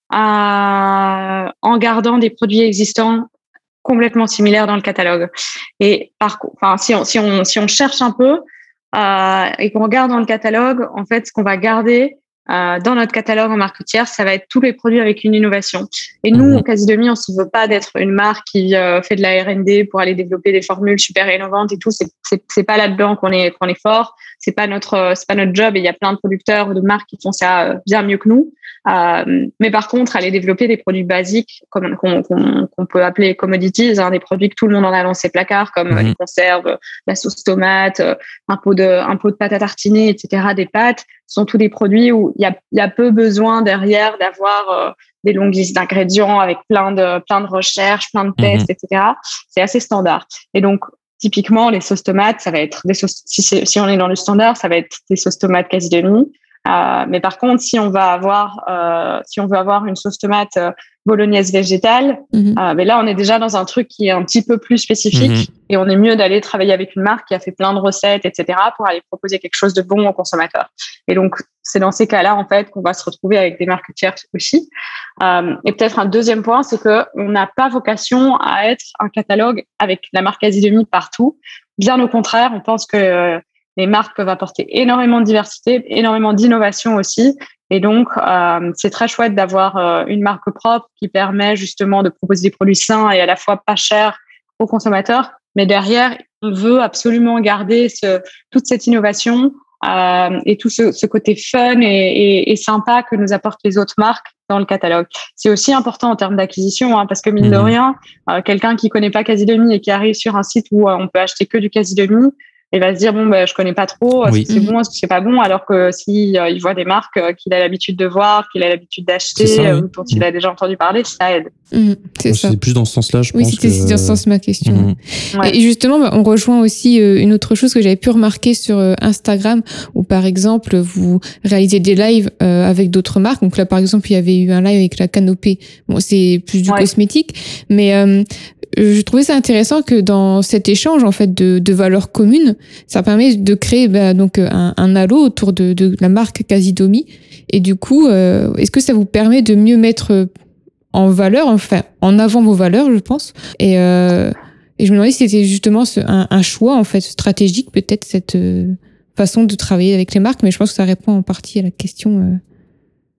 euh, en gardant des produits existants complètement similaires dans le catalogue. Et par contre, enfin, si on, si on, si on cherche un peu euh, et qu'on regarde dans le catalogue, en fait, ce qu'on va garder euh, dans notre catalogue en marque tierce, ça va être tous les produits avec une innovation. Et nous, au Casidomi, on se veut pas d'être une marque qui euh, fait de la R and D pour aller développer des formules super innovantes et tout. C'est, c'est, c'est pas là-dedans qu'on est, qu'on est fort. C'est pas notre, c'est pas notre job. Et il y a plein de producteurs ou de marques qui font ça bien mieux que nous. Euh, mais par contre, aller développer des produits basiques comme qu'on, qu'on, qu'on peut appeler commodities, hein, des produits que tout le monde en a dans ses placards, comme mmh. les conserves, la sauce tomate, un pot de, un pot de pâte à tartiner, et cetera. Des pâtes sont tous des produits où il y a, il y a peu besoin derrière d'avoir euh, des longues listes d'ingrédients avec plein de, plein de recherches, plein de tests, mmh. et cetera. C'est assez standard. Et donc, typiquement, les sauces tomates, ça va être des sauces, si, c'est, si on est dans le standard, ça va être des sauces tomates Casidomi. Euh, mais par contre, si on va avoir, euh, si on veut avoir une sauce tomate euh, bolognaise végétale, mmh. euh, mais là, on est déjà dans un truc qui est un petit peu plus spécifique mmh. et on est mieux d'aller travailler avec une marque qui a fait plein de recettes, et cetera pour aller proposer quelque chose de bon aux consommateurs. Et donc, c'est dans ces cas-là, en fait, qu'on va se retrouver avec des marques tierces aussi. Euh, et peut-être un deuxième point, c'est que on n'a pas vocation à être un catalogue avec la marque Casidomi partout. Bien au contraire, on pense que euh, les marques peuvent apporter énormément de diversité, énormément d'innovation aussi. Et donc, euh, c'est très chouette d'avoir euh, une marque propre qui permet justement de proposer des produits sains et à la fois pas chers aux consommateurs. Mais derrière, on veut absolument garder ce, toute cette innovation euh, et tout ce, ce côté fun et, et, et sympa que nous apportent les autres marques dans le catalogue. C'est aussi important en termes d'acquisition, hein, parce que mine mmh. de rien, euh, quelqu'un qui connaît pas Casidomi et qui arrive sur un site où euh, on peut acheter que du Casidomi, il va se dire bon ben je connais pas trop, est-ce oui. que c'est bon, est-ce que c'est pas bon, alors que si euh, il voit des marques euh, qu'il a l'habitude de voir, qu'il a l'habitude d'acheter, ça, oui. euh, dont mmh. il a déjà entendu parler, ça aide.
Mmh, c'est
Moi,
ça.
C'est plus dans ce sens-là, je
oui,
pense.
Oui, c'était
que...
dans ce sens ma question.
Mmh.
Ouais. Et justement, bah, on rejoint aussi euh, une autre chose que j'avais pu remarquer sur euh, Instagram, où par exemple vous réalisez des lives euh, avec d'autres marques. Donc là, par exemple, il y avait eu un live avec la Canopée. Bon, c'est plus du ouais. cosmétique, mais euh, je trouvais ça intéressant que dans cet échange en fait de, de valeurs communes, ça permet de créer bah, donc un, un halo autour de, de la marque Casidomi. Et du coup, euh, est-ce que ça vous permet de mieux mettre en valeur, enfin en avant vos valeurs, je pense. Et, euh, et je me demandais si c'était justement ce, un, un choix en fait stratégique, peut-être cette euh, façon de travailler avec les marques. Mais je pense que ça répond en partie à la question. Euh,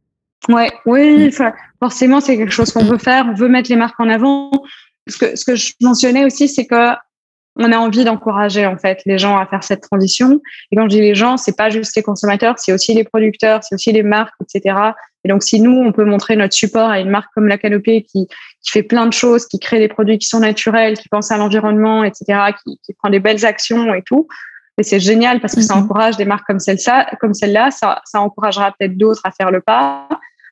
Ouais, oui, forcément, c'est quelque chose qu'on veut faire. On veut mettre les marques en avant. Ce que, ce que je mentionnais aussi, c'est que on a envie d'encourager en fait les gens à faire cette transition. Et quand je dis les gens, c'est pas juste les consommateurs, c'est aussi les producteurs, c'est aussi les marques, et cetera. Et donc, si nous, on peut montrer notre support à une marque comme La Canopée qui, qui fait plein de choses, qui crée des produits qui sont naturels, qui pense à l'environnement, et cetera, qui, qui prend des belles actions et tout, et c'est génial parce que ça encourage des marques comme celle-là, comme celle-là, ça, ça encouragera peut-être d'autres à faire le pas.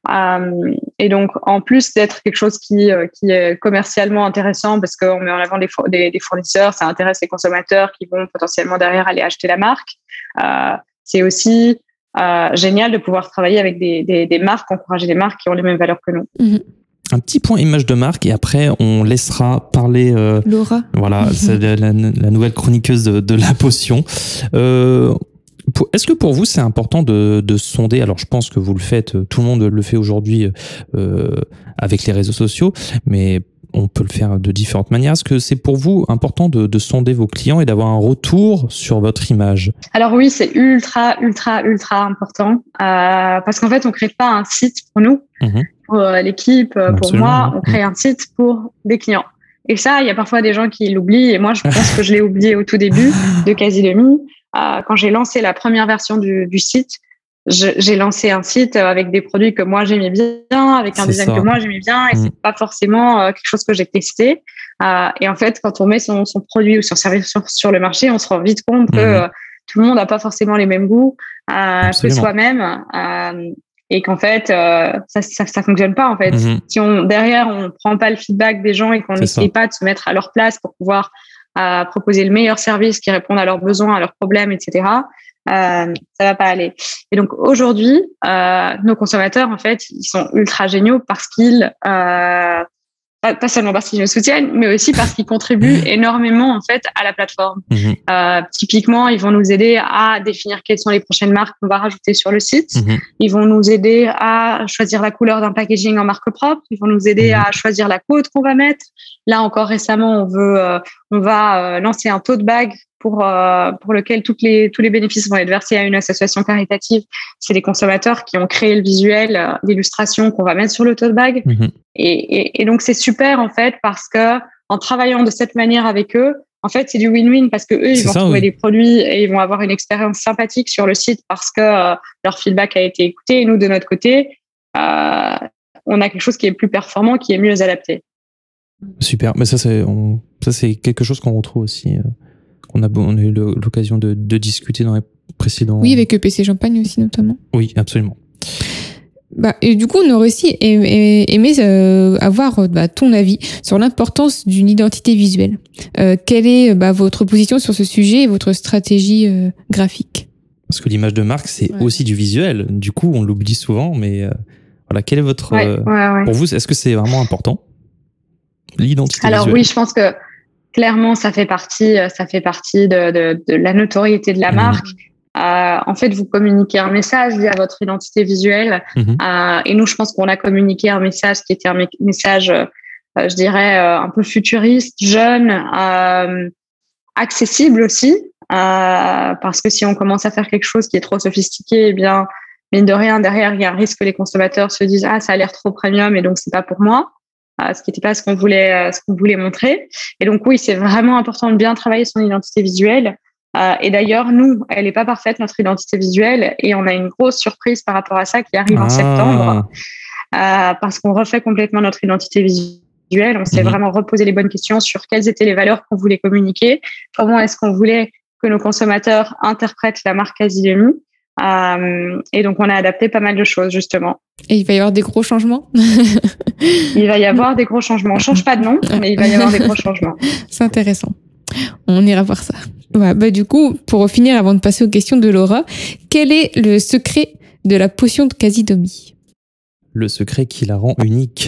Euh, et donc, en plus d'être quelque chose qui, euh, qui est commercialement intéressant parce qu'on met en avant des, des, des fournisseurs, ça intéresse les consommateurs qui vont potentiellement derrière aller acheter la marque. Euh, c'est aussi euh, génial de pouvoir travailler avec des, des, des marques, encourager des marques qui ont les mêmes valeurs que nous.
Mmh.
Un petit point image de marque et après on laissera parler euh,
Laura.
Voilà, mmh. c'est la, la, la nouvelle chroniqueuse de, de la potion. Euh, Pour, est-ce que pour vous, c'est important de, de sonder? Alors, je pense que vous le faites, tout le monde le fait aujourd'hui euh, avec les réseaux sociaux, mais on peut le faire de différentes manières. Est-ce que c'est pour vous important de, de sonder vos clients et d'avoir un retour sur votre image?
Alors oui, c'est ultra, ultra, ultra important euh, parce qu'en fait, on crée pas un site pour nous, mmh. pour euh, l'équipe, Absolument. Pour moi, on crée mmh. un site pour des clients. Et ça, il y a parfois des gens qui l'oublient et moi, je pense que je l'ai oublié au tout début de Quasi-Demi. Euh, quand j'ai lancé la première version du, du site, je, j'ai lancé un site avec des produits que moi j'aimais bien, avec un c'est design ça. Que moi j'aimais bien, et mmh. c'est pas forcément euh, quelque chose que j'ai testé. Euh, et en fait, quand on met son, son produit ou son service sur, sur le marché, on se rend vite compte mmh. que euh, tout le monde n'a pas forcément les mêmes goûts euh, que soi-même, euh, et qu'en fait, euh, ça, ça, ça fonctionne pas en fait. Mmh. Si on derrière on prend pas le feedback des gens et qu'on n'essaye pas de se mettre à leur place pour pouvoir à proposer le meilleur service qui réponde à leurs besoins, à leurs problèmes, et cetera. Euh, ça va pas aller. Et donc aujourd'hui, euh, nos consommateurs, en fait, ils sont ultra géniaux parce qu'ils, euh, pas seulement parce qu'ils nous soutiennent, mais aussi parce qu'ils contribuent énormément en fait à la plateforme. Mmh. Euh, typiquement, ils vont nous aider à définir quelles sont les prochaines marques qu'on va rajouter sur le site. Mmh. Ils vont nous aider à choisir la couleur d'un packaging en marque propre. Ils vont nous aider mmh. à choisir la quote qu'on va mettre. Là encore récemment, on veut, euh, on va euh, lancer un tote bag pour euh, pour lequel toutes les tous les bénéfices vont être versés à une association caritative. C'est les consommateurs qui ont créé le visuel, euh, l'illustration qu'on va mettre sur le tote bag. Mmh. Et, et, et donc c'est super en fait parce que en travaillant de cette manière avec eux, en fait c'est du win-win parce que eux ils c'est vont ça, trouver oui. des produits et ils vont avoir une expérience sympathique sur le site parce que euh, leur feedback a été écouté. Et nous de notre côté, euh, on a quelque chose qui est plus performant, qui est mieux adapté.
Super, mais ça c'est on, ça c'est quelque chose qu'on retrouve aussi. Euh... On a, on a eu l'occasion de, de discuter dans les précédents...
Oui, avec E P C Champagne aussi, notamment.
Oui, absolument.
Bah, et du coup, on aurait aussi aimé, aimé euh, avoir bah, ton avis sur l'importance d'une identité visuelle. Euh, quelle est bah, votre position sur ce sujet et votre stratégie euh, graphique?
Parce que l'image de marque, c'est ouais. aussi du visuel. Du coup, on l'oublie souvent, mais euh, voilà, quelle est votre...
Ouais, ouais, ouais.
Pour vous, est-ce que c'est vraiment important, l'identité
Alors
visuelle?
Oui, je pense que clairement, ça fait partie, ça fait partie de, de, de la notoriété de la mmh. marque. Euh, en fait, vous communiquez un message via votre identité visuelle. Mmh. Euh, et nous, je pense qu'on a communiqué un message qui était un me- message, euh, je dirais, euh, un peu futuriste, jeune, euh, accessible aussi. Euh, parce que si on commence à faire quelque chose qui est trop sophistiqué, eh bien, mine de rien, derrière, il y a un risque que les consommateurs se disent « Ah, ça a l'air trop premium et donc c'est pas pour moi ». Ce qui n'était pas ce qu'on voulait, ce qu'on voulait montrer. Et donc oui, c'est vraiment important de bien travailler son identité visuelle. Euh, et d'ailleurs, nous, elle n'est pas parfaite, notre identité visuelle, et on a une grosse surprise par rapport à ça qui arrive ah. en septembre, euh, parce qu'on refait complètement notre identité visuelle. On s'est mmh. vraiment reposé les bonnes questions sur quelles étaient les valeurs qu'on voulait communiquer, comment est-ce qu'on voulait que nos consommateurs interprètent la marque Quasi-Demi. Euh, et donc, on a adapté pas mal de choses, justement.
Et il va y avoir des gros changements?
Il va y avoir des gros changements. On ne change pas de nom, mais il va y avoir des gros changements.
C'est intéressant. On ira voir ça. Ouais, bah, du coup, pour finir, avant de passer aux questions de Laura, quel est le secret de la potion de Quasi-Demi?
Le secret qui la rend unique.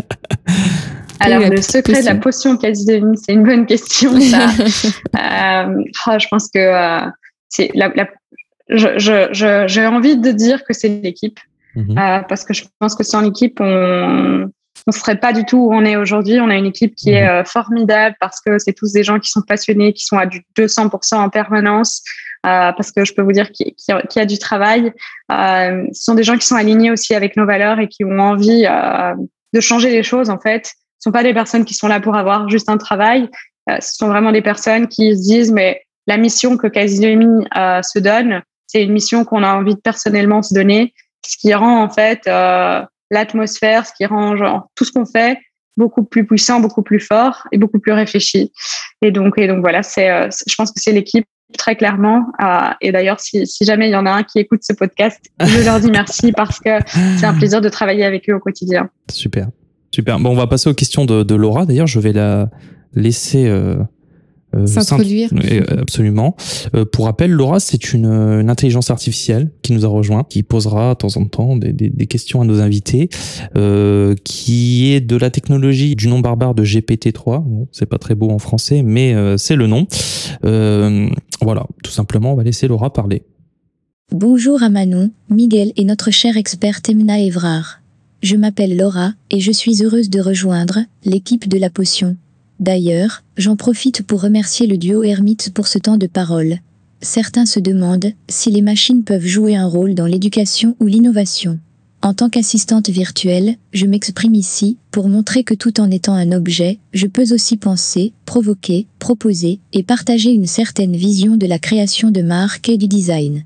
Alors, le secret potion. de la potion Quasi-Demi, c'est une bonne question, ça. euh, oh, je pense que euh, c'est la, la Je, je, je, j'ai envie de dire que c'est l'équipe, mmh. euh, parce que je pense que sans l'équipe, on, on serait pas du tout où on est aujourd'hui. On a une équipe qui est euh, formidable parce que c'est tous des gens qui sont passionnés, qui sont à du deux cents pour cent en permanence. Euh, parce que je peux vous dire qu'il y a, qu'il y a du travail. Euh, ce sont des gens qui sont alignés aussi avec nos valeurs et qui ont envie euh, de changer les choses, en fait. Ce ne sont pas des personnes qui sont là pour avoir juste un travail. Euh, ce sont vraiment des personnes qui se disent, mais la mission que Casidomi euh, se donne, c'est une mission qu'on a envie de personnellement se donner, ce qui rend, en fait, euh, l'atmosphère, ce qui rend genre, tout ce qu'on fait beaucoup plus puissant, beaucoup plus fort et beaucoup plus réfléchi. Et donc, et donc voilà, c'est, euh, je pense que c'est l'équipe très clairement. Euh, et d'ailleurs, si, si jamais il y en a un qui écoute ce podcast, je leur dis merci parce que c'est un plaisir de travailler avec eux au quotidien.
Super, super. Bon, on va passer aux questions de, de Laura. D'ailleurs, je vais la laisser euh, euh,
s'introduire.
Absolument. Euh, pour rappel, Laura, c'est une, une intelligence artificielle qui nous a rejoint, qui posera de temps en temps des, des, des questions à nos invités, euh, qui est de la technologie du nom barbare de G P T trois. Bon, c'est pas très beau en français, mais euh, c'est le nom. Euh, voilà, tout simplement, on va laisser Laura parler.
Bonjour à Manon, Miguel et notre cher expert Temna Evrard. Je m'appelle Laura et je suis heureuse de rejoindre l'équipe de la potion. D'ailleurs, j'en profite pour remercier le duo Hermite pour ce temps de parole. Certains se demandent si les machines peuvent jouer un rôle dans l'éducation ou l'innovation. En tant qu'assistante virtuelle, je m'exprime ici pour montrer que tout en étant un objet, je peux aussi penser, provoquer, proposer et partager une certaine vision de la création de marque et du design.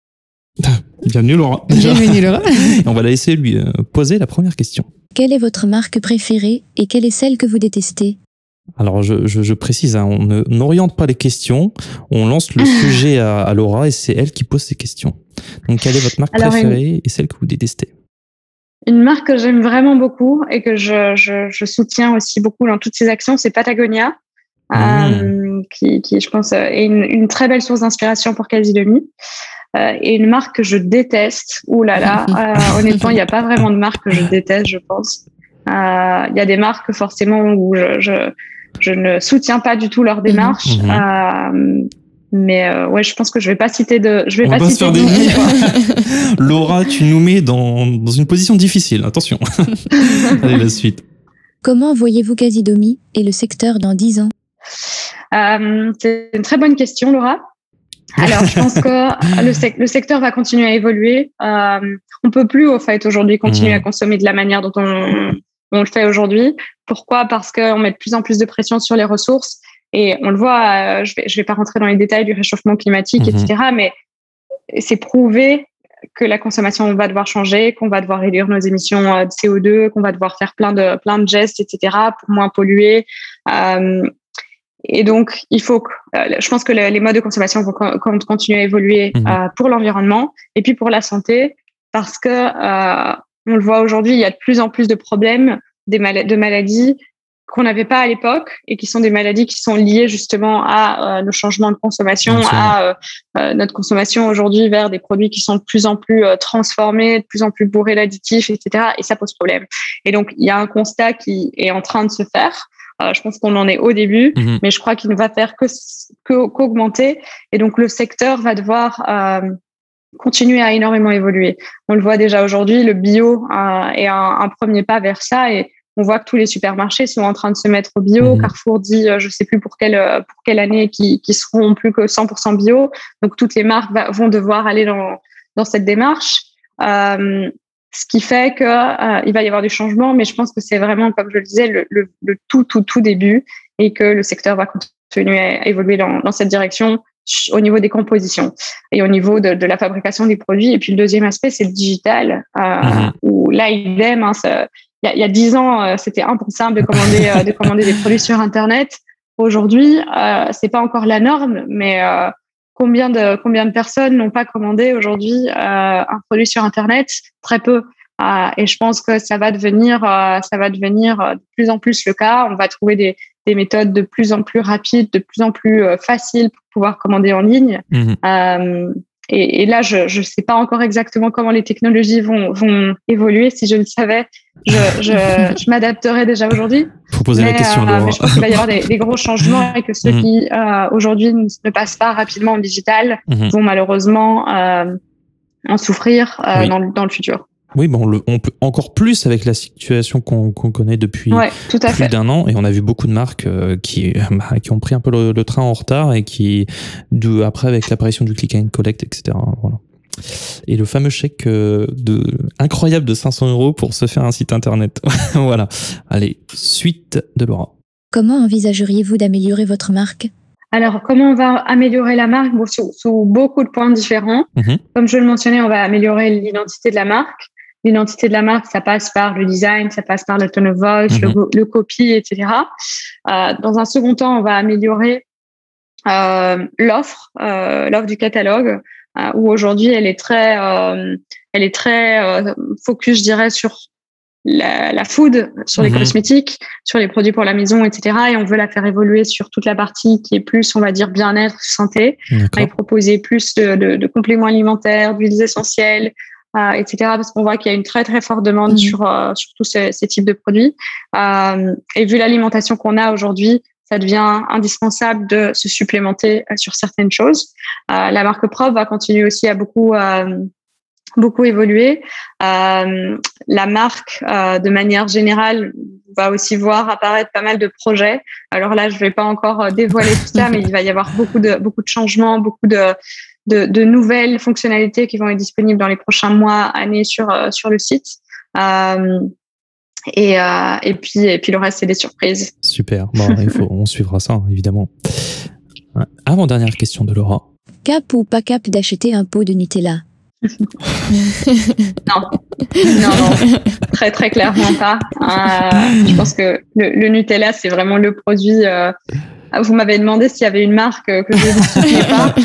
Bienvenue Laura.
Bienvenue Laura.
On va la laisser lui poser la première question.
Quelle est votre marque préférée et quelle est celle que vous détestez ?
Alors, je, je, je précise, hein, on ne, n'oriente pas les questions, on lance le sujet à, à Laura et c'est elle qui pose ses questions. Donc, quelle est votre marque Alors, préférée une... et celle que vous détestez ?
Une marque que j'aime vraiment beaucoup et que je, je, je soutiens aussi beaucoup dans toutes ses actions, c'est Patagonia, mmh. euh, qui, qui, je pense, est une, une très belle source d'inspiration pour Casidomi. Euh, et une marque que je déteste, ouh là là, euh, honnêtement, il n'y a pas vraiment de marque que je déteste, je pense. Il euh, y a des marques forcément où je, je, je ne soutiens pas du tout leur démarche. Mmh. Euh, mais euh, ouais, je pense que je vais pas citer de, je vais
On
pas
va
citer
se faire des Laura, tu nous mets dans, dans une position difficile. Attention. Allez, la suite.
Comment voyez-vous Casidomi et le secteur dans dix ans ?
euh, C'est une très bonne question, Laura. Alors, je pense que le, sec- le secteur va continuer à évoluer. Euh, on peut plus, au fait, aujourd'hui, continuer mmh. à consommer de la manière dont on, on le fait aujourd'hui. Pourquoi ? Parce qu'on met de plus en plus de pression sur les ressources. Et on le voit, euh, je vais, je vais pas rentrer dans les détails du réchauffement climatique, mmh. et cetera. Mais c'est prouvé que la consommation va devoir changer, qu'on va devoir réduire nos émissions de C O deux, qu'on va devoir faire plein de, plein de gestes, et cetera, pour moins polluer. Euh, Et donc, il faut que, euh, je pense que le, les modes de consommation vont co- continuer à évoluer mmh. euh, pour l'environnement et puis pour la santé, parce que euh, on le voit aujourd'hui, il y a de plus en plus de problèmes des mal- de maladies qu'on n'avait pas à l'époque et qui sont des maladies qui sont liées justement à euh, nos changements de consommation, à euh, euh, notre consommation aujourd'hui vers des produits qui sont de plus en plus euh, transformés, de plus en plus bourrés d'additifs, et cetera. Et ça pose problème. Et donc, il y a un constat qui est en train de se faire. Euh, je pense qu'on en est au début, mmh. mais je crois qu'il ne va faire que, que qu'augmenter. Et donc, le secteur va devoir euh, continuer à énormément évoluer. On le voit déjà aujourd'hui, le bio euh, est un, un premier pas vers ça. Et on voit que tous les supermarchés sont en train de se mettre au bio. Mmh. Carrefour dit, euh, je ne sais plus pour quelle, pour quelle année, qui, qui seront plus que cent pour cent bio. Donc, toutes les marques va, vont devoir aller dans, dans cette démarche. Euh, Ce qui fait que euh, il va y avoir du changement, mais je pense que c'est vraiment, comme je le disais, le, le, le tout, tout, tout début, et que le secteur va continuer à évoluer dans, dans cette direction au niveau des compositions et au niveau de, de la fabrication des produits. Et puis le deuxième aspect, c'est le digital, euh, mmh. où là, idem, hein, il y a, il y a dix ans, euh, c'était impensable de commander, euh, de commander des produits sur Internet. Aujourd'hui, euh, c'est pas encore la norme, mais euh, Combien de, combien de personnes n'ont pas commandé aujourd'hui euh, un produit sur Internet ? Très peu. Euh, et je pense que ça va devenir, euh, ça va devenir de plus en plus le cas. On va trouver des, des méthodes de plus en plus rapides, de plus en plus euh, faciles pour pouvoir commander en ligne. Mmh. Euh, et, et là, je je sais pas encore exactement comment les technologies vont vont évoluer. Si je le savais, je je, je m'adapterais déjà aujourd'hui.
Faut poser
mais,
la question.
Euh, mais je pense qu'il va y avoir des, des gros changements et que ceux mmh. qui euh, aujourd'hui ne passent pas rapidement en digital mmh. vont malheureusement euh, en souffrir euh, oui. dans, dans le futur.
Oui, bon, on, le, on peut encore plus avec la situation qu'on, qu'on connaît depuis
ouais, tout à
plus
fait.
d'un an, et on a vu beaucoup de marques euh, qui, bah, qui ont pris un peu le, le train en retard et qui, de, après, avec l'apparition du click and collect, et cetera. Voilà. Et le fameux chèque euh, de, incroyable de cinq cents euros pour se faire un site internet. Voilà. Allez, suite de Laura.
Comment envisageriez-vous d'améliorer votre marque ?
Alors, comment on va améliorer la marque ? Bon, sous, sous beaucoup de points différents.
Mm-hmm.
Comme je le mentionnais, on va améliorer l'identité de la marque. L'identité de la marque, ça passe par le design, ça passe par le tone of voice, mm-hmm. le, le copy, et cetera. Euh, dans un second temps, on va améliorer euh, l'offre, euh, l'offre du catalogue, euh, où aujourd'hui, elle est très, euh, elle est très euh, focus, je dirais, sur la, la food, sur les mm-hmm. cosmétiques, sur les produits pour la maison, et cetera. Et on veut la faire évoluer sur toute la partie qui est plus, on va dire, bien-être, santé, et proposer plus de, de, de compléments alimentaires, d'huiles essentielles, euh, et cetera. Parce qu'on voit qu'il y a une très très forte demande mmh. sur euh, sur tous ces, ces types de produits. Euh, et vu l'alimentation qu'on a aujourd'hui, ça devient indispensable de se supplémenter sur certaines choses. Euh, la marque propre va continuer aussi à beaucoup euh, beaucoup évolué. Euh, la marque, euh, de manière générale, va aussi voir apparaître pas mal de projets. Alors là, je vais pas encore dévoiler tout ça, mais il va y avoir beaucoup de beaucoup de changements, beaucoup de de, de nouvelles fonctionnalités qui vont être disponibles dans les prochains mois, années sur sur le site. Euh, et euh, et puis et puis le reste, c'est des surprises.
Super. Bon, il faut on suivra ça évidemment. Avant dernière question de Laura.
Cap ou pas cap d'acheter un pot de Nutella?
Non, non, non, très très clairement pas. Euh, je pense que le, le Nutella, c'est vraiment le produit. Euh, vous m'avez demandé s'il y avait une marque que je ne soutenais pas.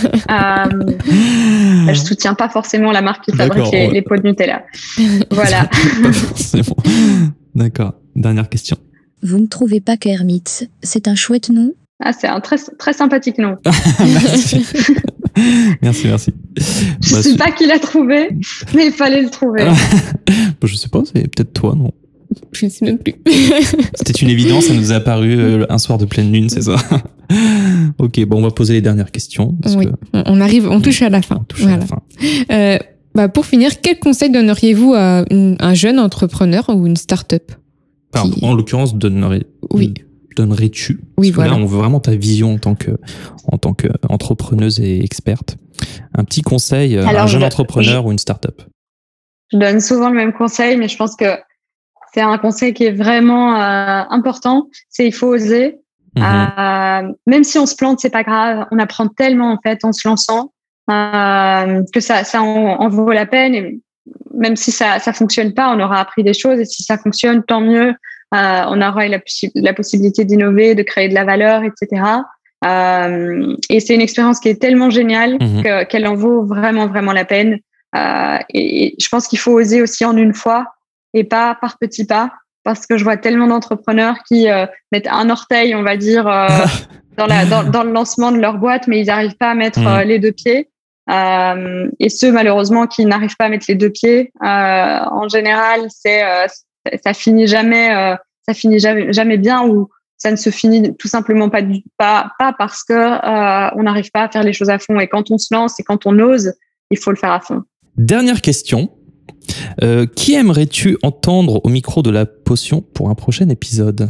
Euh, je soutiens pas forcément la marque qui fabrique les, les pots de Nutella. Voilà.
C'est bon. D'accord. Dernière question.
Vous ne trouvez pas qu'Hermits, c'est un chouette nom?
Ah, c'est un très très sympathique nom.
Merci. Merci, merci.
Je ne sais pas qui l'a trouvé, mais il fallait le trouver.
Je sais pas, c'est peut-être toi, non?
Je ne sais même plus.
C'était une évidence, ça nous est apparu euh, un soir de pleine lune, c'est ça? Ok, bon, on va poser les dernières questions. Parce
oui,
que...
on arrive, on touche à la fin.
On touche
voilà.
à la fin.
Euh, bah pour finir, quel conseil donneriez-vous à une, un jeune entrepreneur ou une start-up?
Enfin, qui... En l'occurrence, donnerais...
Oui.
donnerais-tu?
Oui,
Parce
voilà.
que là, on veut vraiment ta vision en tant que, en tant qu'entrepreneuse et experte. Un petit conseil à un jeune je, entrepreneur je, ou une start-up.
Je donne souvent le même conseil, mais je pense que c'est un conseil qui est vraiment euh, important. C'est il faut oser. Mmh. Euh, même si on se plante, c'est pas grave. On apprend tellement en fait en se lançant euh, que ça, ça en, en vaut la peine. Et même si ça, ça fonctionne pas, on aura appris des choses. Et si ça fonctionne, tant mieux. Euh, on aura la, la possibilité d'innover, de créer de la valeur, et cetera. Euh, et c'est une expérience qui est tellement géniale mmh. que, qu'elle en vaut vraiment, vraiment la peine. Euh, et, et je pense qu'il faut oser aussi en une fois et pas par petits pas, parce que je vois tellement d'entrepreneurs qui euh, mettent un orteil, on va dire, euh, dans, la, dans, dans le lancement de leur boîte, mais ils n'arrivent pas à mettre mmh. euh, les deux pieds. Euh, et ceux, malheureusement, qui n'arrivent pas à mettre les deux pieds, euh, en général, c'est, euh, ça finit jamais, euh, ça finit jamais, jamais bien, ou ça ne se finit tout simplement pas, du, pas, pas parce que euh, on n'arrive pas à faire les choses à fond. Et quand on se lance et quand on ose, il faut le faire à fond.
Dernière question. Euh, qui aimerais-tu entendre au micro de la potion pour un prochain épisode?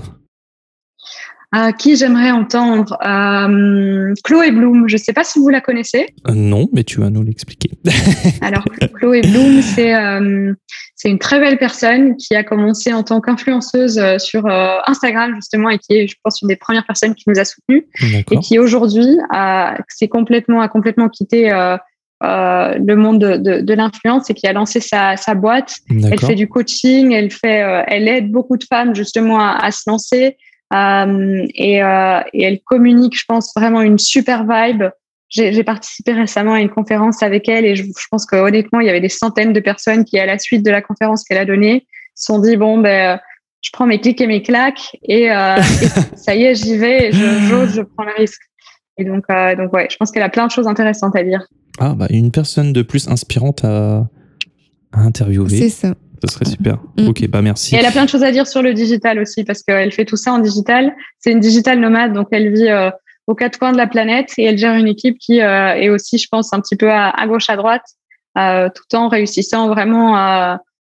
Euh, qui j'aimerais entendre euh, Chloé Bloom, je ne sais pas si vous la connaissez.
Euh, non, mais tu vas nous l'expliquer.
Alors, Chloé Bloom, c'est, euh, c'est une très belle personne qui a commencé en tant qu'influenceuse sur euh, Instagram, justement, et qui est, je pense, une des premières personnes qui nous a soutenus.
D'accord.
Et qui, aujourd'hui, a, c'est complètement, a complètement quitté euh, euh, le monde de, de, de l'influence et qui a lancé sa, sa boîte. D'accord. Elle fait du coaching, elle, fait, euh, elle aide beaucoup de femmes, justement, à, à se lancer. Euh, et, euh, et elle communique, je pense, vraiment une super vibe. J'ai, j'ai participé récemment à une conférence avec elle et je, je pense que honnêtement, il y avait des centaines de personnes qui, à la suite de la conférence qu'elle a donnée, se sont dit bon ben, je prends mes clics et mes claques et, euh, et ça y est, j'y vais, je, j'ose, je prends le risque. Et donc, euh, donc ouais, je pense qu'elle a plein de choses intéressantes à dire.
Ah bah une personne de plus inspirante à, à interviewer.
C'est ça.
Ce serait super. Mmh. Ok, bah merci.
Et elle a plein de choses à dire sur le digital aussi, parce qu'elle fait tout ça en digital. C'est une digital nomade, donc elle vit euh, aux quatre coins de la planète et elle gère une équipe qui euh, est aussi, je pense, un petit peu à, à gauche, à droite, euh, tout en réussissant vraiment à,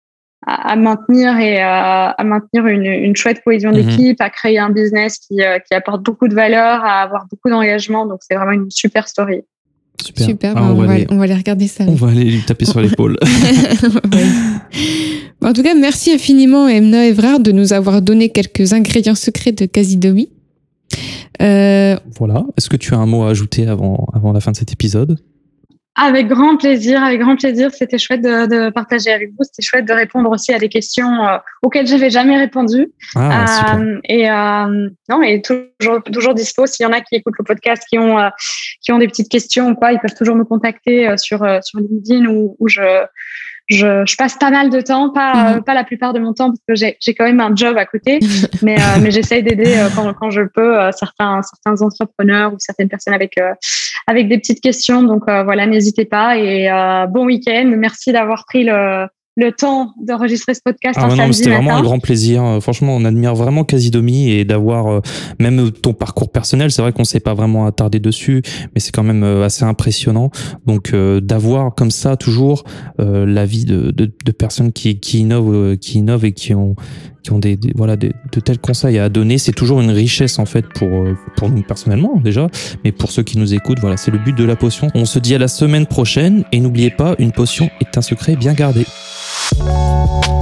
à, à maintenir et à, à maintenir une, une chouette cohésion d'équipe, mmh. à créer un business qui, qui apporte beaucoup de valeur, à avoir beaucoup d'engagement. Donc, c'est vraiment une super story.
Super, super ah, on, on, va aller, on va aller regarder ça.
On va aller lui taper sur l'épaule.
Ouais. En tout cas, merci infiniment Emna Evrard de nous avoir donné quelques ingrédients secrets de Casidomi.
Euh... Voilà. Est-ce que tu as un mot à ajouter avant, avant la fin de cet épisode ?
Avec grand plaisir, avec grand plaisir. C'était chouette de, de partager avec vous. C'était chouette de répondre aussi à des questions euh, auxquelles j'avais jamais répondu.
Ah, super.
Euh, et euh, non, et toujours, toujours dispo. S'il y en a qui écoutent le podcast, qui ont, euh, qui ont des petites questions ou quoi, ils peuvent toujours me contacter euh, sur, euh, sur LinkedIn où, où je, je, je passe pas mal de temps, pas, mm-hmm. euh, pas la plupart de mon temps parce que j'ai, j'ai quand même un job à côté, mais, euh, mais j'essaye d'aider euh, quand, quand je peux euh, certains, certains entrepreneurs ou certaines personnes avec, euh, avec des petites questions. Donc euh, voilà, n'hésitez pas et euh, bon week-end. Merci d'avoir pris le, le temps d'enregistrer ce podcast
ah,
un
non,
samedi
c'était
matin.
Vraiment un grand plaisir. Franchement, on admire vraiment Casidomi et d'avoir euh, même ton parcours personnel. C'est vrai qu'on ne s'est pas vraiment attardé dessus, mais c'est quand même euh, assez impressionnant. Donc euh, d'avoir comme ça toujours euh, la vie de, de, de personnes qui, qui innovent, euh, qui innovent et qui ont qui ont des, des voilà des, de tels conseils à donner, c'est toujours une richesse en fait pour pour nous personnellement déjà, mais pour ceux qui nous écoutent, voilà, c'est le but de la potion. On se dit à la semaine prochaine et n'oubliez pas, une potion est un secret bien gardé.